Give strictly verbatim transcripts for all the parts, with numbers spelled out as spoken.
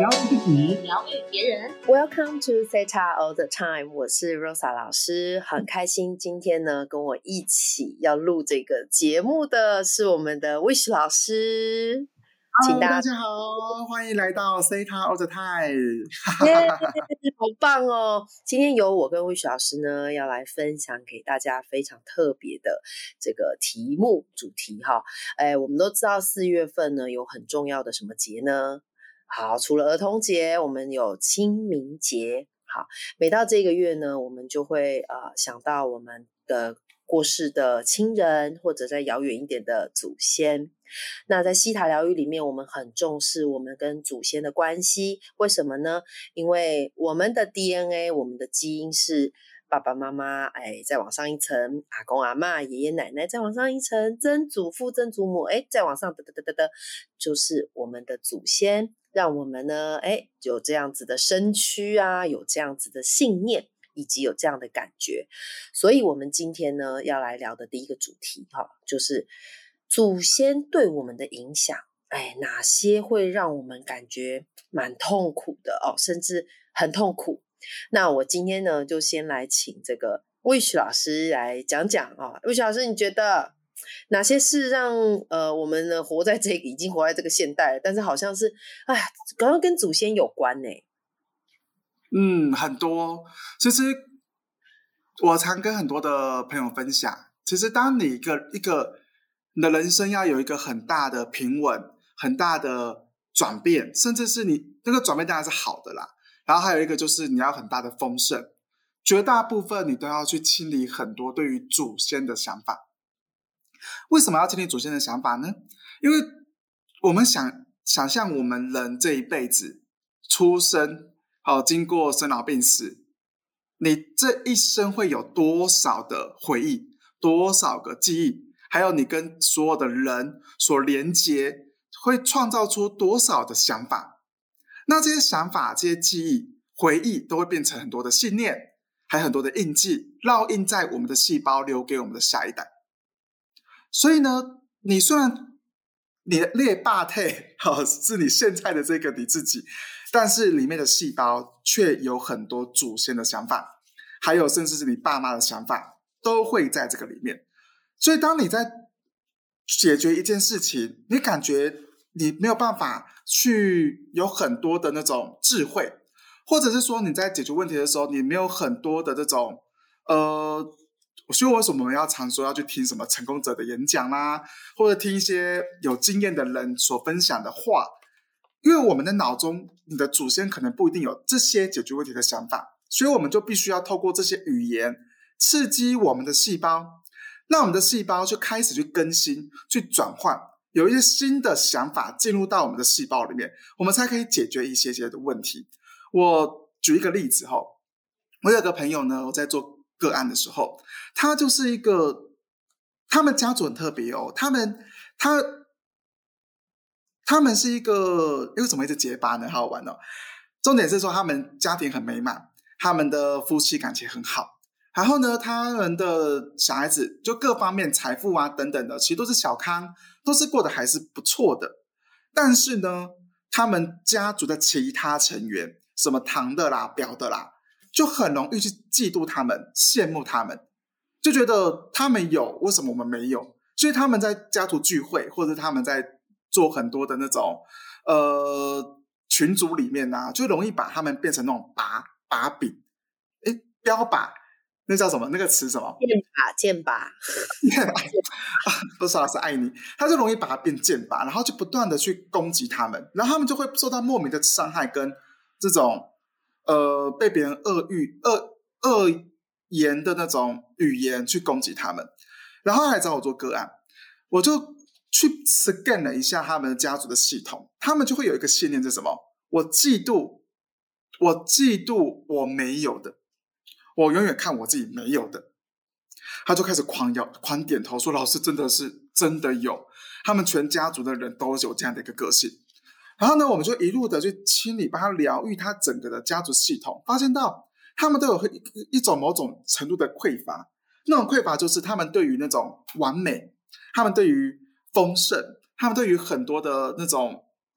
疗愈自己， 疗愈别人。 Welcome to Theta All the Time， 我是 Rosa 老师，很开心今天呢跟我一起要录这个节目的是我们的 Wish 老师。 Hello，大家好，欢迎来到 Theta All the Time。 yeah, 好棒哦！今天由我跟 Wish 老师呢要来分享给大家非常特别的这个题目主题哈。哎，我们都知道四月份呢有很重要的什么节呢？好，除了儿童节，我们有清明节。好，每到这个月呢，我们就会呃想到我们的过世的亲人，或者再遥远一点的祖先。那在西塔疗愈里面，我们很重视我们跟祖先的关系。为什么呢？因为我们的 D N A， 我们的基因是爸爸妈妈，哎，再往上一层，阿公阿嬷、爷爷奶奶，再往上一层，曾祖父、曾祖母，哎，再往上，得得得得得，就是我们的祖先，让我们呢，哎，有这样子的身躯啊，有这样子的信念，以及有这样的感觉。所以我们今天呢，要来聊的第一个主题哈，就是祖先对我们的影响。哎，哪些会让我们感觉蛮痛苦的哦，甚至很痛苦。那我今天呢，就先来请这个 Wish 老师来讲讲啊。Wish 老师，你觉得哪些是让呃我们呢活在这个已经活在这个现代了，但是好像是哎，好像跟祖先有关呢？ 嗯，很多。其实我常跟很多的朋友分享，其实当你一个一个你的人生要有一个很大的平稳，很大的转变，甚至是你那个转变当然是好的啦。然后还有一个就是你要很大的丰盛，绝大部分你都要去清理很多对于祖先的想法。为什么要清理祖先的想法呢？因为我们想想象我们人这一辈子出生，好，经过生老病死，你这一生会有多少的回忆，多少个记忆，还有你跟所有的人所连接，会创造出多少的想法。那这些想法、这些记忆、回忆都会变成很多的信念，还有很多的印记，烙印在我们的细胞，留给我们的下一代。所以呢，你虽然你的列霸退、哦、是你现在的这个你自己，但是里面的细胞却有很多祖先的想法，还有甚至是你爸妈的想法，都会在这个里面。所以当你在解决一件事情，你感觉你没有办法去有很多的那种智慧，或者是说你在解决问题的时候，你没有很多的这种呃，所以为什么我们要常说要去听什么成功者的演讲啦，或者听一些有经验的人所分享的话，因为我们的脑中你的祖先可能不一定有这些解决问题的想法，所以我们就必须要透过这些语言刺激我们的细胞，让我们的细胞就开始去更新，去转换，有一些新的想法进入到我们的细胞里面，我们才可以解决一些些的问题。我举一个例子，我有个朋友呢，我在做个案的时候，他就是一个，他们家族很特别哦，他们他他们是一个，为什么一直结巴呢？好好玩哦。重点是说他们家庭很美满，他们的夫妻感情很好，然后呢，他们的小孩子就各方面财富啊等等的，其实都是小康，都是过得还是不错的。但是呢，他们家族的其他成员，什么堂的啦、表的啦，就很容易去嫉妒他们、羡慕他们，就觉得他们有，为什么我们没有？所以他们在家族聚会，或者他们在做很多的那种呃群组里面啊，就容易把他们变成那种把把柄，诶，标靶。那叫什么？那个词什么？ 剑拔，剑拔， 剑拔。不是老师爱你，他就容易把它变剑拔，然后就不断的去攻击他们，然后他们就会受到莫名的伤害，跟这种呃被别人恶语、恶恶言的那种语言去攻击他们。然后他来找我做个案，我就去 scan 了一下他们家族的系统，他们就会有一个信念是什么？我嫉妒，我嫉妒我没有的。我永远看我自己没有的。他就开始狂摇狂点头说，老师真的是真的有，他们全家族的人都有这样的一个个性。然后呢，我们就一路的去清理，帮他疗愈他整个的家族系统，发现到他们都有一种某种程度的匮乏。那种匮乏就是他们对于那种完美，他们对于丰盛，他们对于很多的那种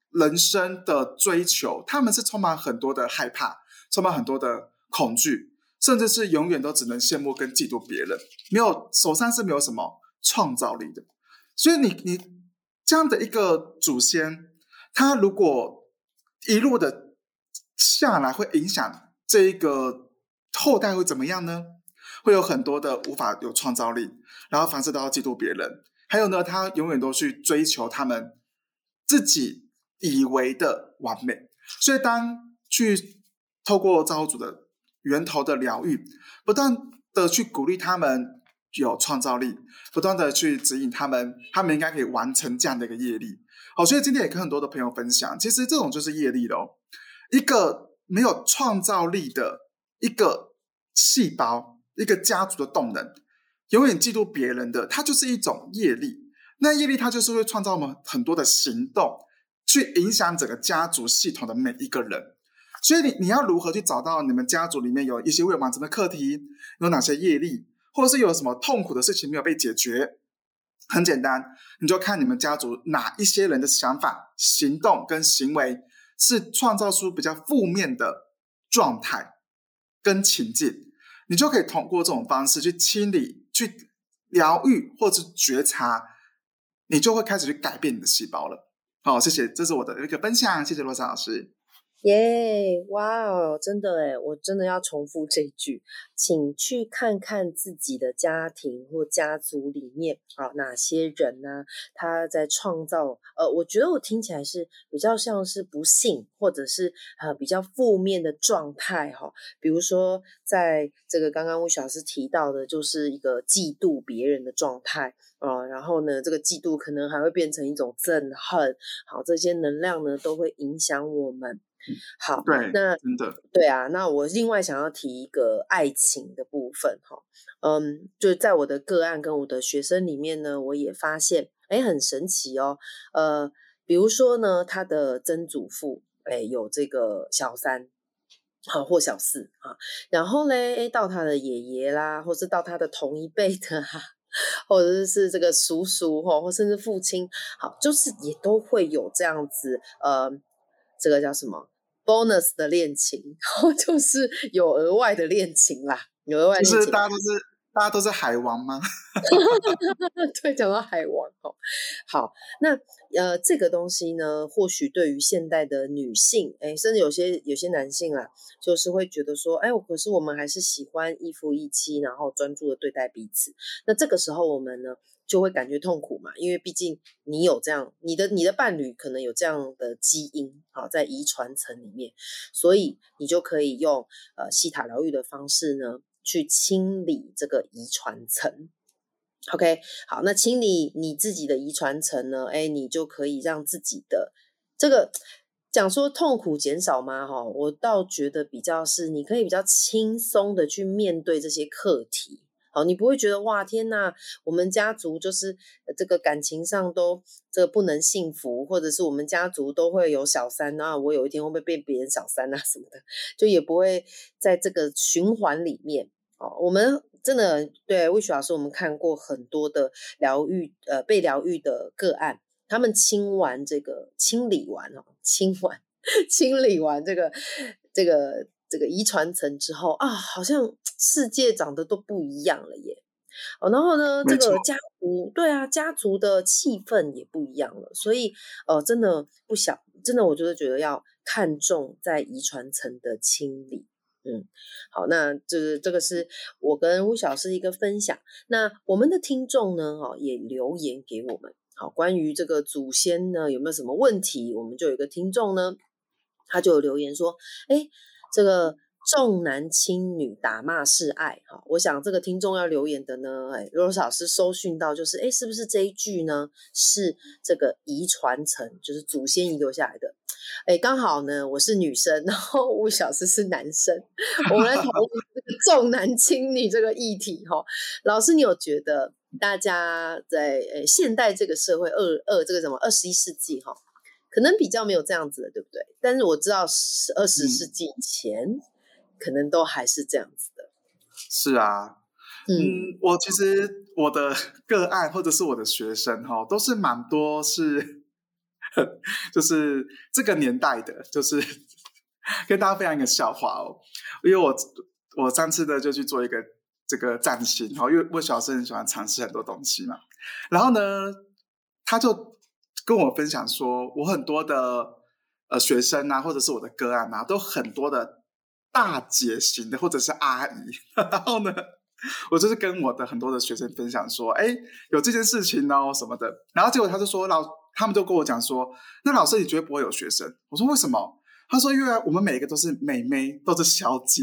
人生的追求，他们是充满很多的害怕，充满很多的恐惧，甚至是永远都只能羡慕跟嫉妒别人，没有手上是没有什么创造力的。所以你你这样的一个祖先，他如果一路的下来，会影响这一个后代会怎么样呢？会有很多的无法有创造力，然后凡事都要嫉妒别人，还有呢，他永远都去追求他们自己以为的完美。所以当去透过造物主的源头的疗愈，不断的去鼓励他们有创造力，不断的去指引他们，他们应该可以完成这样的一个业力。好，所以今天也跟很多的朋友分享，其实这种就是业力咯。一个没有创造力的一个细胞，一个家族的动能，永远嫉妒别人的，它就是一种业力。那业力它就是会创造我们很多的行动，去影响整个家族系统的每一个人。所以 你, 你要如何去找到你们家族里面有一些未完成的课题，有哪些业力，或者是有什么痛苦的事情没有被解决？很简单，你就看你们家族哪一些人的想法、行动跟行为是创造出比较负面的状态跟情境，你就可以通过这种方式去清理、去疗愈或者觉察，你就会开始去改变你的细胞了。好，谢谢，这是我的一个分享，谢谢罗莎老师。 耶，哇哦，真的耶，我真的要重复这句，请去看看自己的家庭或家族里面啊，哪些人呢、啊，他在创造，呃，我觉得我听起来是比较像是不幸，或者是呃比较负面的状态哈、哦。比如说，在这个刚刚魏老师提到的，就是一个嫉妒别人的状态啊、呃，然后呢，这个嫉妒可能还会变成一种憎恨，好，这些能量呢都会影响我们。好， 对， 那真的， 对啊，那我另外想要提一个爱情的部分哈，嗯，就在我的个案跟我的学生里面呢，我也发现，哎，很神奇哦，呃，比如说呢，他的曾祖父，哎，有这个小三，好或小四啊，然后嘞，到他的爷爷啦，或是到他的同一辈的啊。或者是这个叔叔或甚至父亲，好，就是也都会有这样子，呃，这个叫什么 bonus 的恋情，就是有额外的恋情啦，有额外恋情， 就是大家都是大家都是海王吗？ 对，讲到海王哦，好，那呃，这个东西呢，或许对于现代的女性，哎，甚至有些有些男性啦，就是会觉得说，哎，可是我们还是喜欢一夫一妻，然后专注的对待彼此。那这个时候我们呢，就会感觉痛苦嘛，因为毕竟你有这样，你的你的伴侣可能有这样的基因，好，在遗传层里面，所以你就可以用呃西塔疗愈的方式呢，去清理这个遗传层。OK， 好，那清理你自己的遗传层呢，哎，你就可以让自己的这个讲说痛苦减少吗？哈，我倒觉得比较是你可以比较轻松的去面对这些课题。好，你不会觉得哇天哪，我们家族就是这个感情上都这个不能幸福，或者是我们家族都会有小三啊，我有一天会不会变别人小三啊什么的，就也不会在这个循环里面。哦，我们真的对魏雪老师，我们看过很多的疗愈，呃，被疗愈的个案，他们清完这个清理完哦，清完清理完这个这个这个遗传层之后啊，好像世界长得都不一样了耶。哦，然后呢，这个家族对啊，家族的气氛也不一样了，所以呃，真的不想，真的我就是觉得要看重在遗传层的清理。嗯，好，那这这个是我跟吴小师一个分享。那我们的听众呢，哦，也留言给我们，好，关于这个祖先呢有没有什么问题，我们就有一个听众呢，他就有留言说，哎，这个重男轻女打骂是爱，好，我想这个听众要留言的呢，哎，罗老师搜讯到就是，哎，是不是这一句呢是这个遗传层，就是祖先遗留下来的？哎，刚好呢，我是女生，然后吴小师是男生，我们来讨论这个重男轻女这个议题哈。老师，你有觉得大家在呃现代这个社会二二这个什么二十一世纪哈，可能比较没有这样子的，对不对？但是我知道二十世纪以前、嗯、可能都还是这样子的。 是啊，嗯, 嗯，我其实我的个案或者是我的学生哈，都是蛮多是就是这个年代的，就是跟大家分享一个笑话哦。因为我我上次呢就去做一个这个占星，因为魏小生很喜欢尝试很多东西嘛，然后呢他就跟我分享说，我很多的呃学生啊，或者是我的个案啊，都很多的大姐型的或者是阿姨，然后呢我就是跟我的很多的学生分享说，哎，有这件事情哦什么的，然后结果他就说，老他们就跟我讲说，那老师你绝对不会有学生。我说为什么？他说因为我们每一个都是妹妹，都是小姐。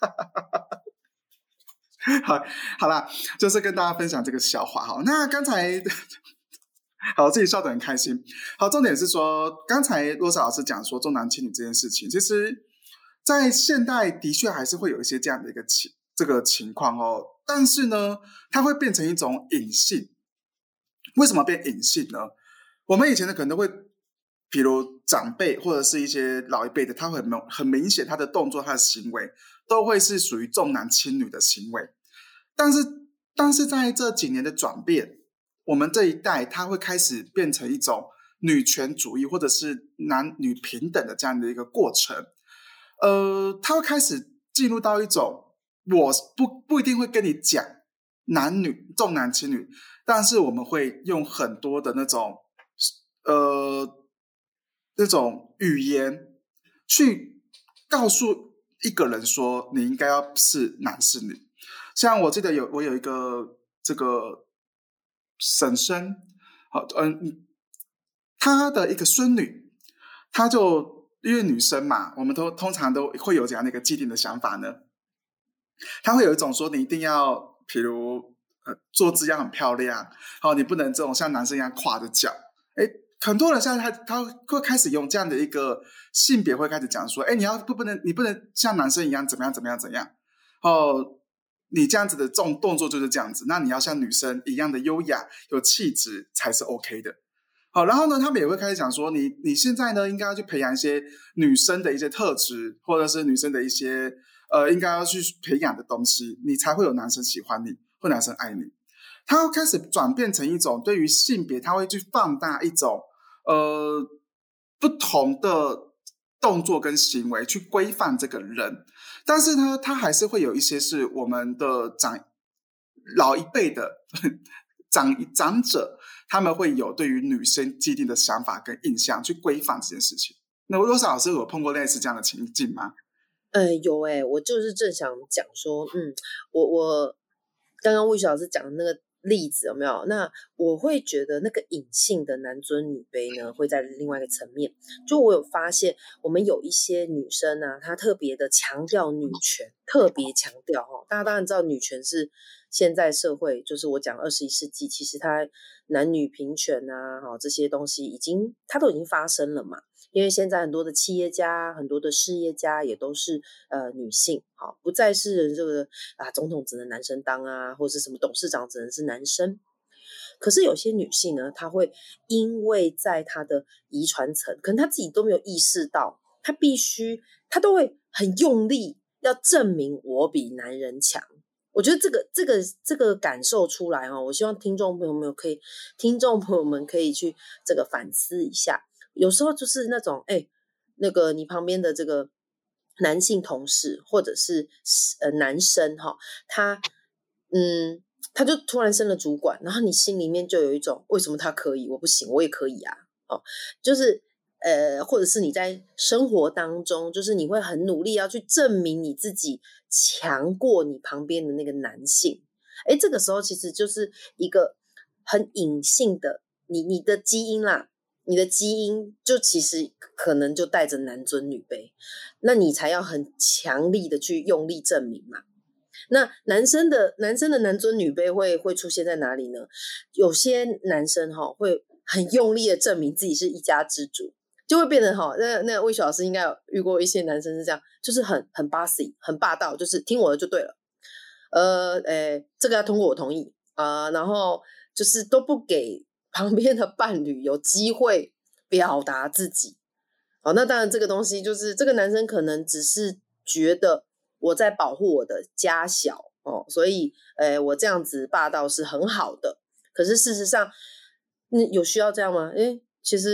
好好啦，就是跟大家分享这个笑话。好，那刚才好，自己笑得很开心。好，重点是说，刚才罗莎老师讲说重男轻女这件事情，其实在现代的确还是会有一些这样的一个情这个情况哦，但是呢它会变成一种隐性。为什么变隐性呢？我们以前的可能会比如长辈或者是一些老一辈的，他会很很明显他的动作他的行为都会是属于重男轻女的行为，但是但是在这几年的转变，我们这一代他会开始变成一种女权主义或者是男女平等的这样的一个过程。呃，他会开始进入到一种我不不一定会跟你讲男女重男轻女，但是我们会用很多的那种呃那种语言去告诉一个人说你应该要是男是女。像我记得有我有一个这个婶婶，好，嗯，她的一个孙女，她就因为女生嘛，我们都通常都会有这样的一个既定的想法呢，她会有一种说你一定要，比如呃坐姿要很漂亮，好，你不能这种像男生一样跨着脚，哎。很多人现在他他会开始用这样的一个性别会开始讲说，哎，你要不不能你不能像男生一样怎么样怎么样怎样，哦，你这样子的这种动作就是这样子，那你要像女生一样的优雅有气质才是 OK 的。好，然后呢，他们也会开始讲说，你你现在呢应该要去培养一些女生的一些特质，或者是女生的一些呃应该要去培养的东西，你才会有男生喜欢你或男生爱你。他会开始转变成一种对于性别，他会去放大一种呃不同的动作跟行为去规范这个人，但是呢，他还是会有一些是我们的长老一辈的长长者，他们会有对于女生既定的想法跟印象去规范这件事情。那罗莎老师有碰过类似这样的情境吗？ 呃，有诶、欸，我就是正想讲说，嗯，我我刚刚魏雪老师讲的那个例子有没有？那我会觉得那个隐性的男尊女卑呢，会在另外一个层面。就我有发现，我们有一些女生啊，她特别的强调女权，特别强调哈。大家当然知道，女权是现在社会，就是我讲二十一世纪，其实它男女平权啊，哈这些东西已经它都已经发生了嘛。因为现在很多的企业家、很多的事业家也都是呃女性，好，不再是这个啊总统只能男生当啊，或者是什么董事长只能是男生。可是有些女性呢，她会因为在她的遗传层，可能她自己都没有意识到，她必须她都会很用力要证明我比男人强。我觉得这个这个这个感受出来哦，我希望听众朋友们可以，听众朋友们可以去这个反思一下。有时候就是那种哎，那个你旁边的这个男性同事或者是呃男生哈、哦，他嗯他就突然升了主管，然后你心里面就有一种为什么他可以我不行，我也可以啊，哦，就是呃或者是你在生活当中，就是你会很努力要去证明你自己强过你旁边的那个男性，哎，这个时候其实就是一个很隐性的你你的基因啦。你的基因就其实可能就带着男尊女卑，那你才要很强力的去用力证明嘛。那男生的男生的男尊女卑会会出现在哪里呢？有些男生哈、哦、会很用力的证明自己是一家之主，就会变得哈、哦，那那魏雪老师应该有遇过一些男生是这样，就是很很 bossy 很霸道，就是听我的就对了。呃，诶，这个要通过我同意啊、呃，然后就是都不给旁边的伴侣有机会表达自己。好，那当然这个东西就是这个男生可能只是觉得我在保护我的家小哦，所以诶我这样子霸道是很好的。可是事实上，那有需要这样吗？诶其实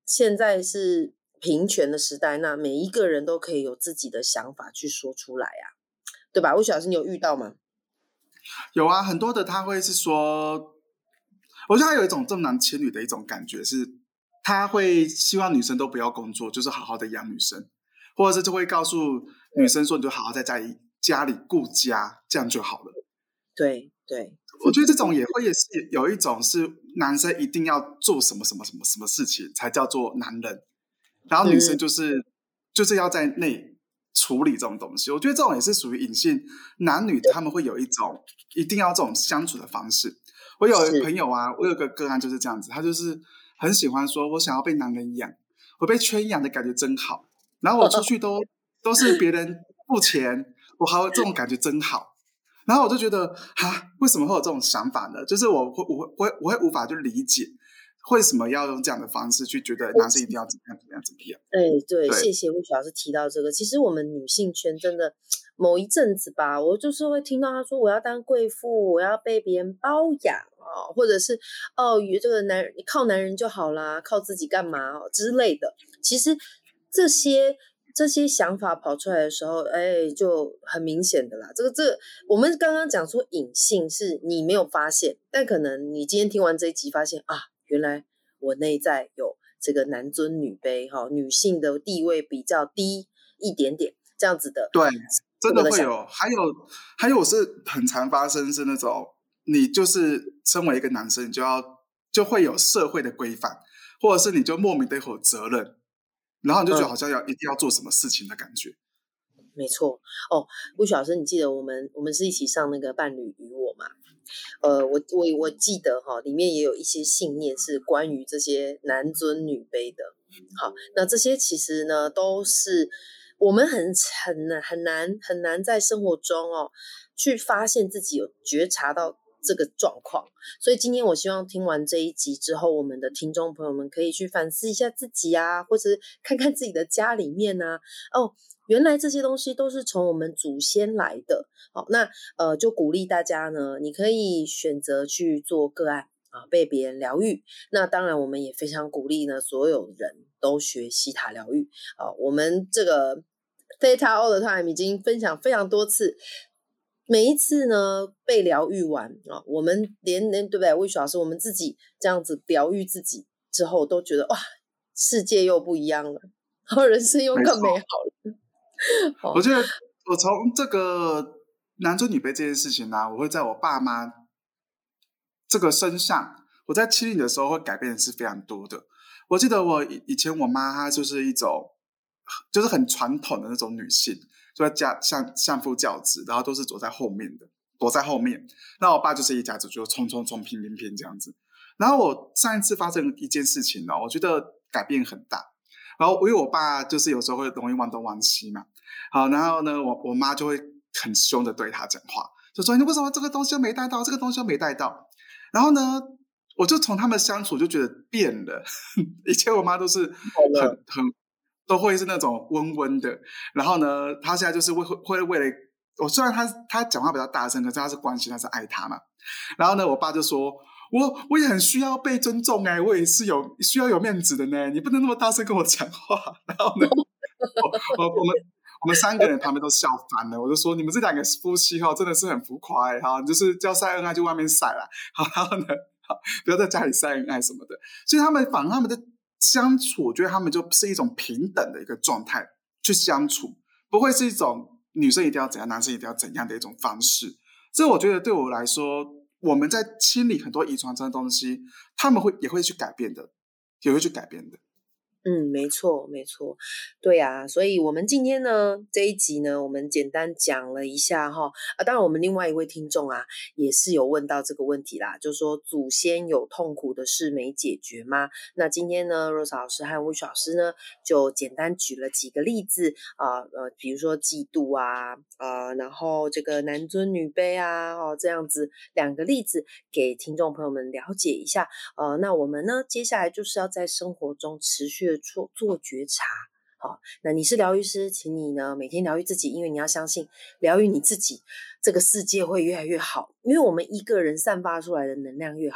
现在是平权的时代，那每一个人都可以有自己的想法去说出来啊，对吧？魏小老师，你有遇到吗？ 有啊，很多的他会是说，我觉得他有一种重男轻女的一种感觉，是他会希望女生都不要工作，就是好好的养女生，或者是就会告诉女生说，你就好好在家里家里顾家，这样就好了。 对对， 我觉得这种也会也是有一种是男生一定要做什么什么什么什么事情才叫做男人，然后女生就是、嗯、就是要在内处理这种东西。我觉得这种也是属于隐性男女他们会有一种一定要这种相处的方式。我有朋友啊，我有个个案就是这样子，他就是很喜欢说我想要被男人养，我被圈养的感觉真好，然后我出去都都是别人付钱，我还有这种感觉真好。然后我就觉得哈，为什么会有这种想法呢？就是我会我会我会无法去理解为什么要用这样的方式去觉得男生一定要怎么样怎么样怎么样。 哎，对，对，谢谢魏老师提到这个。其实我们女性圈真的某一阵子吧，我就是会听到他说我要当贵妇，我要被别人包养哦，或者是哦，这个男人靠男人就好啦，靠自己干嘛哦之类的。其实这些。这些想法跑出来的时候，哎，就很明显的啦。这个，这个，我们刚刚讲说隐性是你没有发现，但可能你今天听完这一集，发现啊，原来我内在有这个男尊女卑，哈，女性的地位比较低一点点，这样子的。 对，真的会有。还有，还有是很常发生是那种，你就是身为一个男生，你就要就会有社会的规范，或者是你就莫名的有责任。然后你就觉得好像要、嗯、一定要做什么事情的感觉。 没错哦，魏雪老师，你记得我们我们是一起上那个伴侣与我嘛？呃，我我我记得哈、哦，里面也有一些信念是关于这些男尊女卑的。好，那这些其实呢，都是我们很很难很难很难在生活中哦去发现自己有觉察到这个状况。所以今天我希望听完这一集之后，我们的听众朋友们可以去反思一下自己啊，或者看看自己的家里面啊，哦，原来这些东西都是从我们祖先来的。好，那呃，就鼓励大家呢，你可以选择去做个案啊，被别人疗愈。那当然，我们也非常鼓励呢，所有人都学西塔疗愈啊。我们这个 Theta All the Time 已经分享非常多次。每一次呢被疗愈完啊，我们连连对不对？魏雪老师，我们自己这样子疗愈自己之后，都觉得哇，世界又不一样了，然后人生又更美好了。 我觉得我从这个男尊女卑这件事情呢、啊，我会在我爸妈这个身上，我在七零的时候会改变的是非常多的。我记得我以前我妈她就是一种就是很传统的那种女性。就在家相相夫教子，然后都是躲在后面的，躲在后面。那我爸就是一家子就冲冲冲拼拼拼这样子。然后我上一次发生一件事情呢，我觉得改变很大。然后因为我爸就是有时候会容易忘东忘西嘛，好，然后呢，我我妈就会很凶的对他讲话，就说你为什么这个东西都没带到，这个东西都没带到。然后呢，我就从他们相处就觉得变了。以前我妈都是很很。都会是那种温温的，然后呢，他现在就是会会为了我，虽然他他讲话比较大声，可是他是关心，他是爱他嘛。然后呢，我爸就说，我我也很需要被尊重哎、欸，我也是有需要有面子的呢，你不能那么大声跟我讲话。然后呢，我我我们我们三个人旁边都笑翻了，我就说你们这两个夫妻哈真的是很浮夸哎哈，就是叫晒恩爱就外面晒啦，好，然后呢，好不要在家里晒恩爱什么的，所以他们反正他们的。相处，我觉得他们就是一种平等的一个状态去相处，不会是一种女生一定要怎样，男生一定要怎样的一种方式。所以我觉得对我来说，我们在清理很多遗传这的东西，他们会也会去改变的，也会去改变的。 嗯，没错，没错，对啊，所以我们今天呢这一集呢，我们简单讲了一下哈啊，当然我们另外一位听众啊也是有问到这个问题啦，就是说祖先有痛苦的事没解决吗？那今天呢 Rose 老师和魏雪老师呢就简单举了几个例子啊呃，比如说嫉妒啊呃，然后这个男尊女卑啊哦这样子两个例子给听众朋友们了解一下呃，那我们呢接下来就是要在生活中持续做做觉察，好，那你是疗愈师，请你呢每天疗愈自己，因为你要相信疗愈你自己，这个世界会越来越好。因为我们一个人散发出来的能量越好，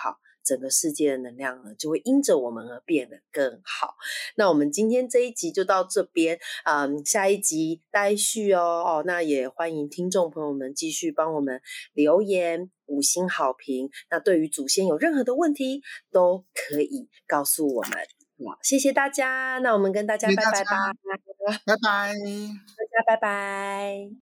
整个世界的能量呢就会因着我们而变得更好。那我们今天这一集就到这边，嗯，下一集待续哦哦，那也欢迎听众朋友们继续帮我们留言五星好评。那对于祖先有任何的问题，都可以告诉我们。好，谢谢大家，那我们跟大家拜拜吧， 拜拜。 大家拜拜。